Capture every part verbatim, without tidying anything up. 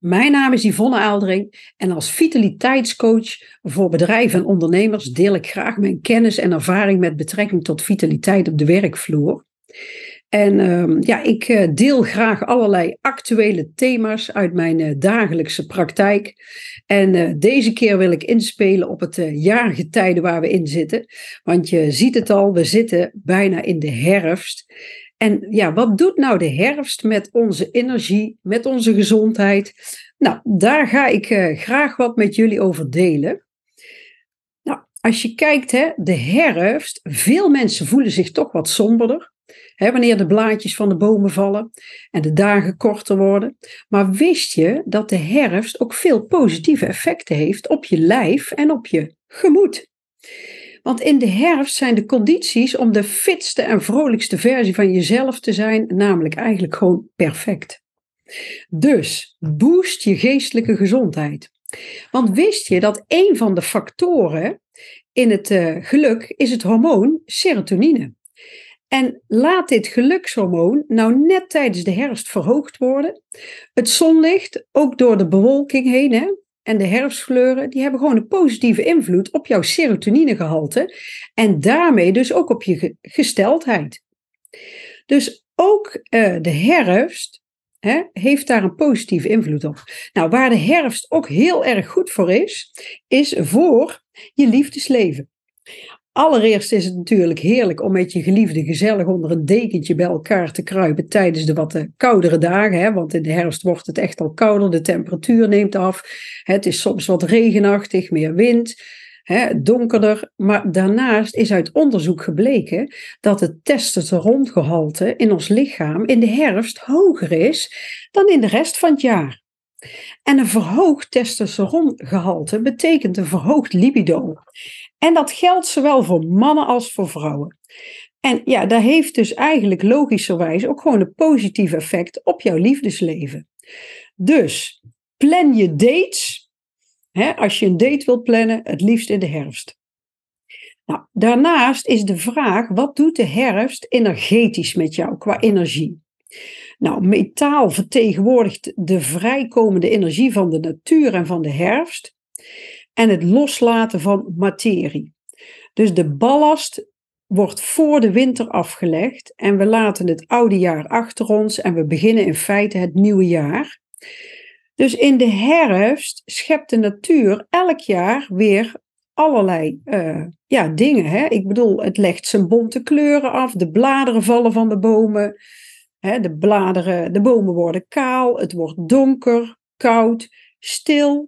Mijn naam is Yvonne Aaldering en als vitaliteitscoach voor bedrijven en ondernemers deel ik graag mijn kennis en ervaring met betrekking tot vitaliteit op de werkvloer. En uh, ja, ik uh, deel graag allerlei actuele thema's uit mijn uh, dagelijkse praktijk. En uh, deze keer wil ik inspelen op het uh, jaargetijde waar we in zitten. Want je ziet het al, we zitten bijna in de herfst. En ja, wat doet nou de herfst met onze energie, met onze gezondheid? Nou, daar ga ik uh, graag wat met jullie over delen. Nou, als je kijkt, hè, de herfst, veel mensen voelen zich toch wat somberder. Hè, wanneer de blaadjes van de bomen vallen en de dagen korter worden. Maar wist je dat de herfst ook veel positieve effecten heeft op je lijf en op je gemoed? Want in de herfst zijn de condities om de fitste en vrolijkste versie van jezelf te zijn, namelijk eigenlijk gewoon perfect. Dus boost je geestelijke gezondheid. Want wist je dat een van de factoren in het uh, geluk is het hormoon serotonine? En laat dit gelukshormoon nou net tijdens de herfst verhoogd worden. Het zonlicht, ook door de bewolking heen, hè, en de herfstkleuren, die hebben gewoon een positieve invloed op jouw serotoninegehalte en daarmee dus ook op je gesteldheid. Dus ook uh, de herfst hè, heeft daar een positieve invloed op. Nou, waar de herfst ook heel erg goed voor is, is voor je liefdesleven. Allereerst is het natuurlijk heerlijk om met je geliefde gezellig onder een dekentje bij elkaar te kruipen tijdens de wat koudere dagen. Hè? Want in de herfst wordt het echt al kouder, de temperatuur neemt af. Het is soms wat regenachtig, meer wind, hè, donkerder. Maar daarnaast is uit onderzoek gebleken dat het testosterongehalte in ons lichaam in de herfst hoger is dan in de rest van het jaar. En een verhoogd testosterongehalte betekent een verhoogd libido. En dat geldt zowel voor mannen als voor vrouwen. En ja, dat heeft dus eigenlijk logischerwijs ook gewoon een positief effect op jouw liefdesleven. Dus plan je dates, hè, als je een date wilt plannen, het liefst in de herfst. Nou, daarnaast is de vraag, wat doet de herfst energetisch met jou qua energie? Nou, metaal vertegenwoordigt de vrijkomende energie van de natuur en van de herfst en het loslaten van materie. Dus de ballast wordt voor de winter afgelegd en we laten het oude jaar achter ons en we beginnen in feite het nieuwe jaar. Dus in de herfst schept de natuur elk jaar weer allerlei uh, ja, dingen. Hè? Ik bedoel, het legt zijn bonte kleuren af, de bladeren vallen van de bomen. He, de bladeren, de bomen worden kaal, het wordt donker, koud, stil.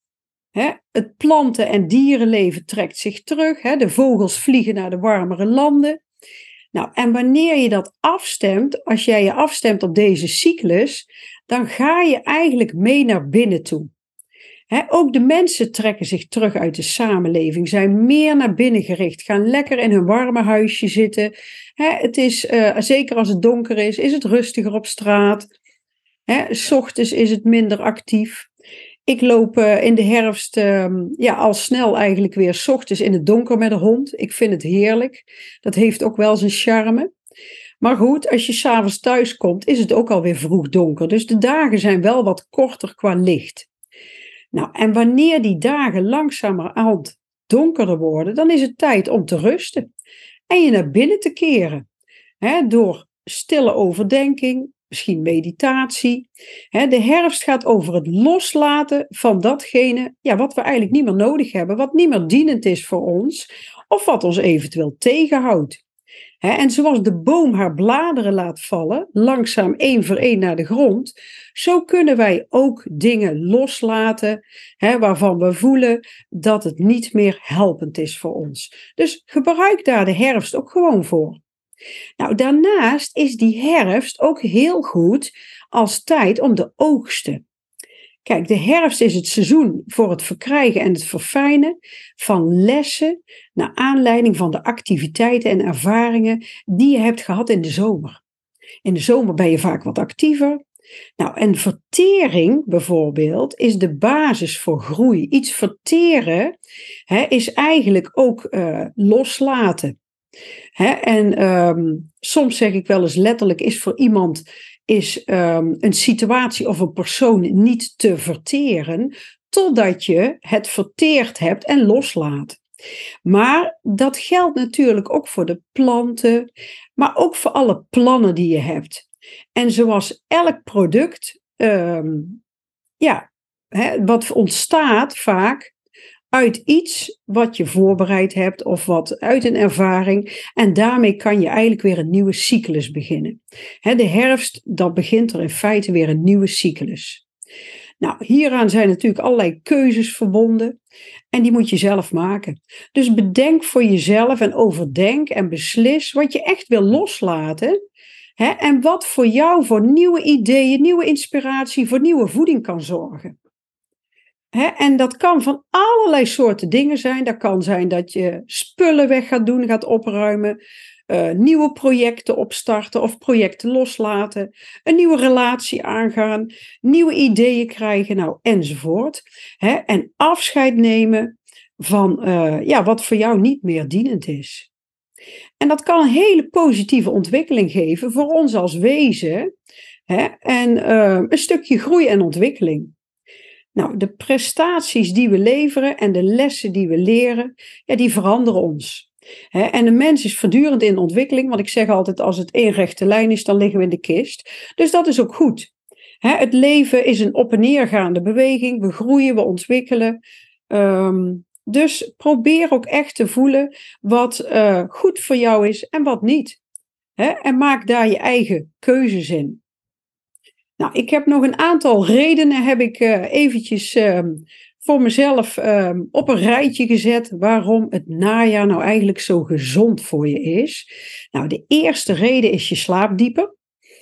He, het planten- en dierenleven trekt zich terug. He, de vogels vliegen naar de warmere landen. Nou, en wanneer je dat afstemt, als jij je afstemt op deze cyclus, dan ga je eigenlijk mee naar binnen toe. He, ook de mensen trekken zich terug uit de samenleving, zijn meer naar binnen gericht, gaan lekker in hun warme huisje zitten. He, het is, uh, zeker als het donker is, is het rustiger op straat. He, 's ochtends is het minder actief. Ik loop uh, in de herfst uh, ja, al snel eigenlijk weer 's ochtends in het donker met een hond. Ik vind het heerlijk. Dat heeft ook wel zijn charme. Maar goed, als je 's avonds thuis komt, is het ook alweer vroeg donker. Dus de dagen zijn wel wat korter qua licht. Nou, en wanneer die dagen langzamerhand donkerder worden, dan is het tijd om te rusten en je naar binnen te keren. He, door stille overdenking, misschien meditatie. He, de herfst gaat over het loslaten van datgene ja, wat we eigenlijk niet meer nodig hebben, wat niet meer dienend is voor ons of wat ons eventueel tegenhoudt. He, en zoals de boom haar bladeren laat vallen, langzaam één voor één naar de grond, zo kunnen wij ook dingen loslaten he, waarvan we voelen dat het niet meer helpend is voor ons. Dus gebruik daar de herfst ook gewoon voor. Nou, daarnaast is die herfst ook heel goed als tijd om te oogsten. Kijk, de herfst is het seizoen voor het verkrijgen en het verfijnen van lessen naar aanleiding van de activiteiten en ervaringen die je hebt gehad in de zomer. In de zomer ben je vaak wat actiever. Nou, en vertering bijvoorbeeld is de basis voor groei. Iets verteren hè, is eigenlijk ook uh, loslaten. Hè, en um, soms zeg ik wel eens letterlijk is voor iemand is um, een situatie of een persoon niet te verteren, totdat je het verteerd hebt en loslaat. Maar dat geldt natuurlijk ook voor de planten, maar ook voor alle plannen die je hebt. En zoals elk product, um, ja, hè, wat ontstaat vaak uit iets wat je voorbereid hebt of wat uit een ervaring. En daarmee kan je eigenlijk weer een nieuwe cyclus beginnen. Hè, de herfst, dan begint er in feite weer een nieuwe cyclus. Nou, hieraan zijn natuurlijk allerlei keuzes verbonden en die moet je zelf maken. Dus bedenk voor jezelf en overdenk en beslis wat je echt wil loslaten. Hè, en wat voor jou voor nieuwe ideeën, nieuwe inspiratie, voor nieuwe voeding kan zorgen. Hè, en dat kan van allerlei soorten dingen zijn. Dat kan zijn dat je spullen weg gaat doen, gaat opruimen. Uh, nieuwe projecten opstarten of projecten loslaten, een nieuwe relatie aangaan, nieuwe ideeën krijgen, nou, enzovoort. Hè? En afscheid nemen van uh, ja, wat voor jou niet meer dienend is. En dat kan een hele positieve ontwikkeling geven voor ons als wezen, hè? En uh, een stukje groei en ontwikkeling. Nou, de prestaties die we leveren en de lessen die we leren, ja, die veranderen ons. He, en een mens is voortdurend in ontwikkeling, want ik zeg altijd, als het één rechte lijn is, dan liggen we in de kist. Dus dat is ook goed. He, het leven is een op- en neergaande beweging, we groeien, we ontwikkelen. Um, dus probeer ook echt te voelen wat uh, goed voor jou is en wat niet. He, en maak daar je eigen keuzes in. Nou, ik heb nog een aantal redenen, heb ik uh, eventjes... Um, voor mezelf um, op een rijtje gezet waarom het najaar nou eigenlijk zo gezond voor je is. Nou, de eerste reden is je slaapt dieper.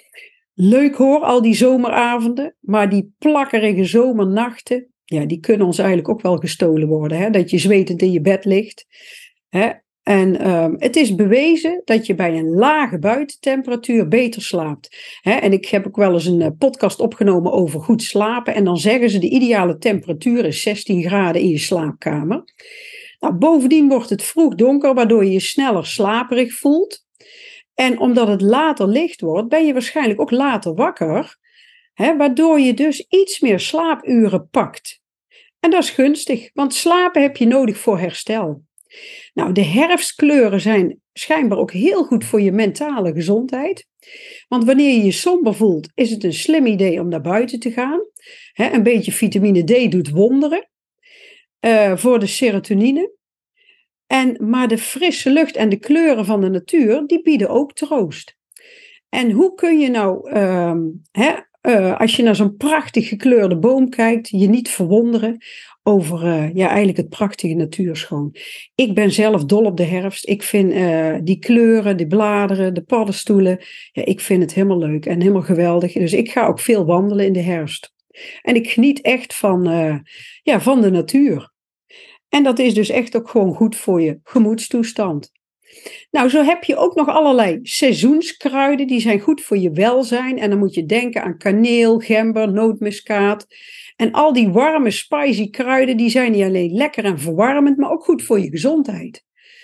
Leuk hoor, al die zomeravonden, maar die plakkerige zomernachten, ja, die kunnen ons eigenlijk ook wel gestolen worden. Hè? Dat je zwetend in je bed ligt. Hè? En um, het is bewezen dat je bij een lage buitentemperatuur beter slaapt. He, en ik heb ook wel eens een podcast opgenomen over goed slapen. En dan zeggen ze de ideale temperatuur is zestien graden in je slaapkamer. Nou, bovendien wordt het vroeg donker, waardoor je je sneller slaperig voelt. En omdat het later licht wordt, ben je waarschijnlijk ook later wakker. He, waardoor je dus iets meer slaapuren pakt. En dat is gunstig, want slapen heb je nodig voor herstel. Nou, de herfstkleuren zijn schijnbaar ook heel goed voor je mentale gezondheid. Want wanneer je je somber voelt, is het een slim idee om naar buiten te gaan. He, een beetje vitamine D doet wonderen uh, voor de serotonine. En, maar de frisse lucht en de kleuren van de natuur, die bieden ook troost. En hoe kun je nou, uh, he, uh, als je naar zo'n prachtig gekleurde boom kijkt, je niet verwonderen over uh, ja, eigenlijk het prachtige natuurschoon. Ik ben zelf dol op de herfst. Ik vind uh, die kleuren, die bladeren, de paddenstoelen, ja, ik vind het helemaal leuk en helemaal geweldig. Dus ik ga ook veel wandelen in de herfst. En ik geniet echt van, uh, ja, van de natuur. En dat is dus echt ook gewoon goed voor je gemoedstoestand. Nou, zo heb je ook nog allerlei seizoenskruiden, die zijn goed voor je welzijn. En dan moet je denken aan kaneel, gember, nootmuskaat. En al die warme, spicy kruiden, die zijn niet alleen lekker en verwarmend, maar ook goed voor je gezondheid.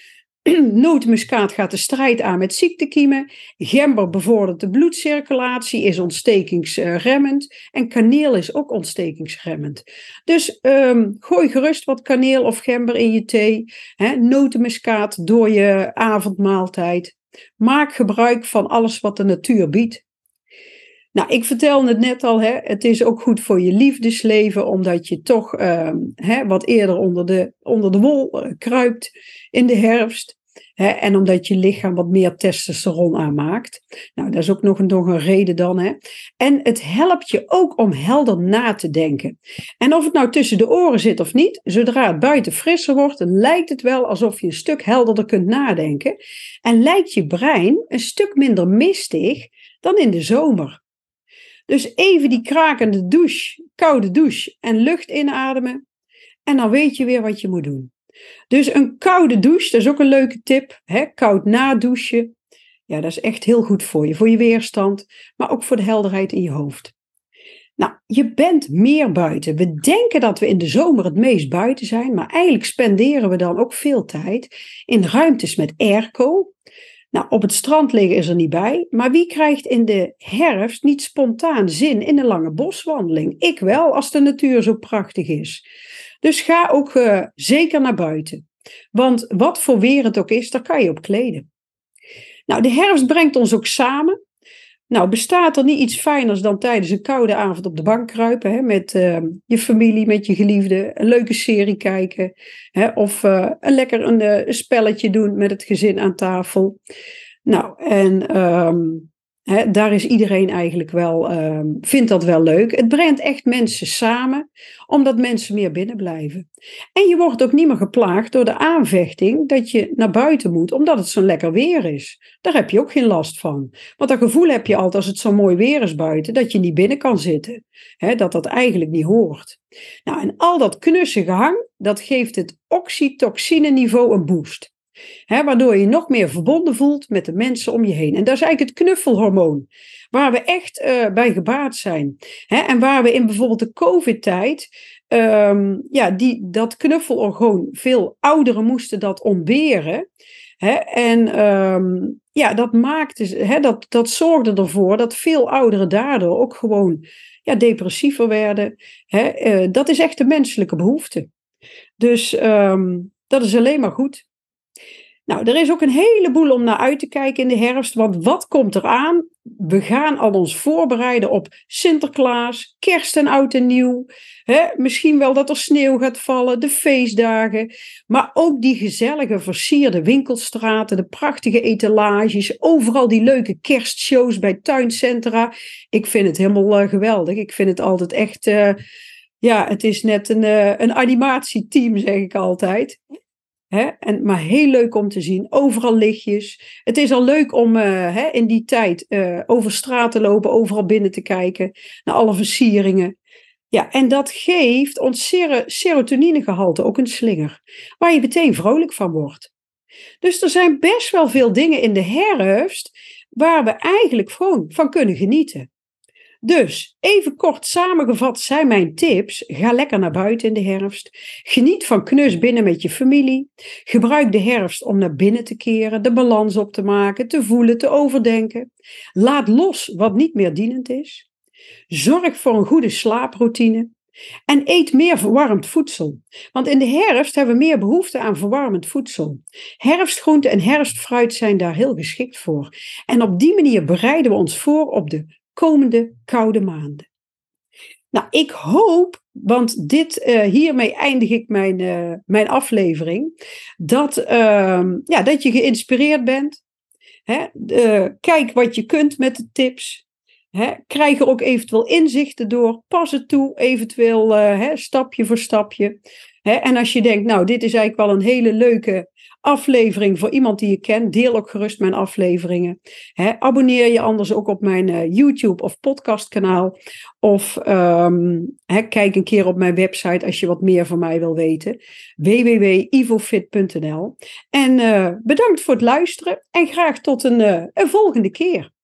Nootmuskaat gaat de strijd aan met ziektekiemen. Gember bevordert de bloedcirculatie, is ontstekingsremmend. En kaneel is ook ontstekingsremmend. Dus um, gooi gerust wat kaneel of gember in je thee. Hè, nootmuskaat door je avondmaaltijd. Maak gebruik van alles wat de natuur biedt. Nou, ik vertelde het net al, hè, het is ook goed voor je liefdesleven, omdat je toch um, hè, wat eerder onder de, onder de wol uh, kruipt in de herfst. Hè, en omdat je lichaam wat meer testosteron aanmaakt. Nou, dat is ook nog een, nog een reden dan. Hè. En het helpt je ook om helder na te denken. En of het nou tussen de oren zit of niet, zodra het buiten frisser wordt, dan lijkt het wel alsof je een stuk helderder kunt nadenken. En lijkt je brein een stuk minder mistig dan in de zomer. Dus even die krakende douche, koude douche en lucht inademen. En dan weet je weer wat je moet doen. Dus een koude douche, dat is ook een leuke tip. Hè? Koud nadouchen. Ja, dat is echt heel goed voor je. Voor je weerstand, maar ook voor de helderheid in je hoofd. Nou, je bent meer buiten. We denken dat we in de zomer het meest buiten zijn. Maar eigenlijk spenderen we dan ook veel tijd in ruimtes met airco. Nou, op het strand liggen is er niet bij, maar wie krijgt in de herfst niet spontaan zin in een lange boswandeling? Ik wel, als de natuur zo prachtig is. Dus ga ook uh, zeker naar buiten. Want wat voor weer het ook is, daar kan je op kleden. Nou, de herfst brengt ons ook samen. Nou, bestaat er niet iets fijners dan tijdens een koude avond op de bank kruipen, hè, met uh, je familie, met je geliefde, een leuke serie kijken, hè, of uh, een lekker een, uh, een spelletje doen met het gezin aan tafel. Nou, en um, hè, daar is iedereen eigenlijk wel, um, vindt dat wel leuk. Het brengt echt mensen samen, omdat mensen meer binnen blijven. En je wordt ook niet meer geplaagd door de aanvechting dat je naar buiten moet, omdat het zo lekker weer is. Daar heb je ook geen last van. Want dat gevoel heb je altijd als het zo mooi weer is buiten, dat je niet binnen kan zitten. Hè, dat dat eigenlijk niet hoort. Nou, en al dat knusse gehang, dat geeft het oxytocine-niveau een boost. He, waardoor je je nog meer verbonden voelt met de mensen om je heen. En dat is eigenlijk het knuffelhormoon, waar we echt uh, bij gebaat zijn. He, en waar we in bijvoorbeeld de COVID-tijd, um, ja, die, dat knuffelorgoon, veel ouderen moesten dat ontberen. He, en um, ja, dat, maakte, he, dat, dat zorgde ervoor dat veel ouderen daardoor ook gewoon ja, depressiever werden. He, uh, dat is echt de menselijke behoefte. Dus um, dat is alleen maar goed. Nou, er is ook een heleboel om naar uit te kijken in de herfst, want wat komt eraan? We gaan al ons voorbereiden op Sinterklaas, Kerst en Oud en Nieuw. Hè, misschien wel dat er sneeuw gaat vallen, de feestdagen. Maar ook die gezellige versierde winkelstraten, de prachtige etalages, overal die leuke kerstshows bij tuincentra. Ik vind het helemaal uh, geweldig. Ik vind het altijd echt, uh, ja, het is net een, uh, een animatieteam, zeg ik altijd. He, en, maar heel leuk om te zien, overal lichtjes. Het is al leuk om uh, he, in die tijd uh, over straat te lopen, overal binnen te kijken, naar alle versieringen. Ja, en dat geeft ons ser- serotoninegehalte ook een slinger, waar je meteen vrolijk van wordt. Dus er zijn best wel veel dingen in de herfst waar we eigenlijk gewoon van kunnen genieten. Dus, even kort samengevat zijn mijn tips. Ga lekker naar buiten in de herfst. Geniet van knus binnen met je familie. Gebruik de herfst om naar binnen te keren, de balans op te maken, te voelen, te overdenken. Laat los wat niet meer dienend is. Zorg voor een goede slaaproutine. En eet meer verwarmd voedsel. Want in de herfst hebben we meer behoefte aan verwarmend voedsel. Herfstgroenten en herfstfruit zijn daar heel geschikt voor. En op die manier bereiden we ons voor op de komende koude maanden. Nou, ik hoop, want dit, uh, hiermee eindig ik mijn, uh, mijn aflevering, dat, uh, ja, dat je geïnspireerd bent. Hè? Uh, kijk wat je kunt met de tips. Hè? Krijg er ook eventueel inzichten door. Pas het toe, eventueel uh, hè, stapje voor stapje. Hè? En als je denkt, nou, dit is eigenlijk wel een hele leuke aflevering voor iemand die je kent, deel ook gerust mijn afleveringen. He, abonneer je anders ook op mijn uh, YouTube of podcastkanaal. Of um, he, kijk een keer op mijn website als je wat meer van mij wil weten. w w w punt ivofit punt n l En uh, bedankt voor het luisteren en graag tot een, uh, een volgende keer.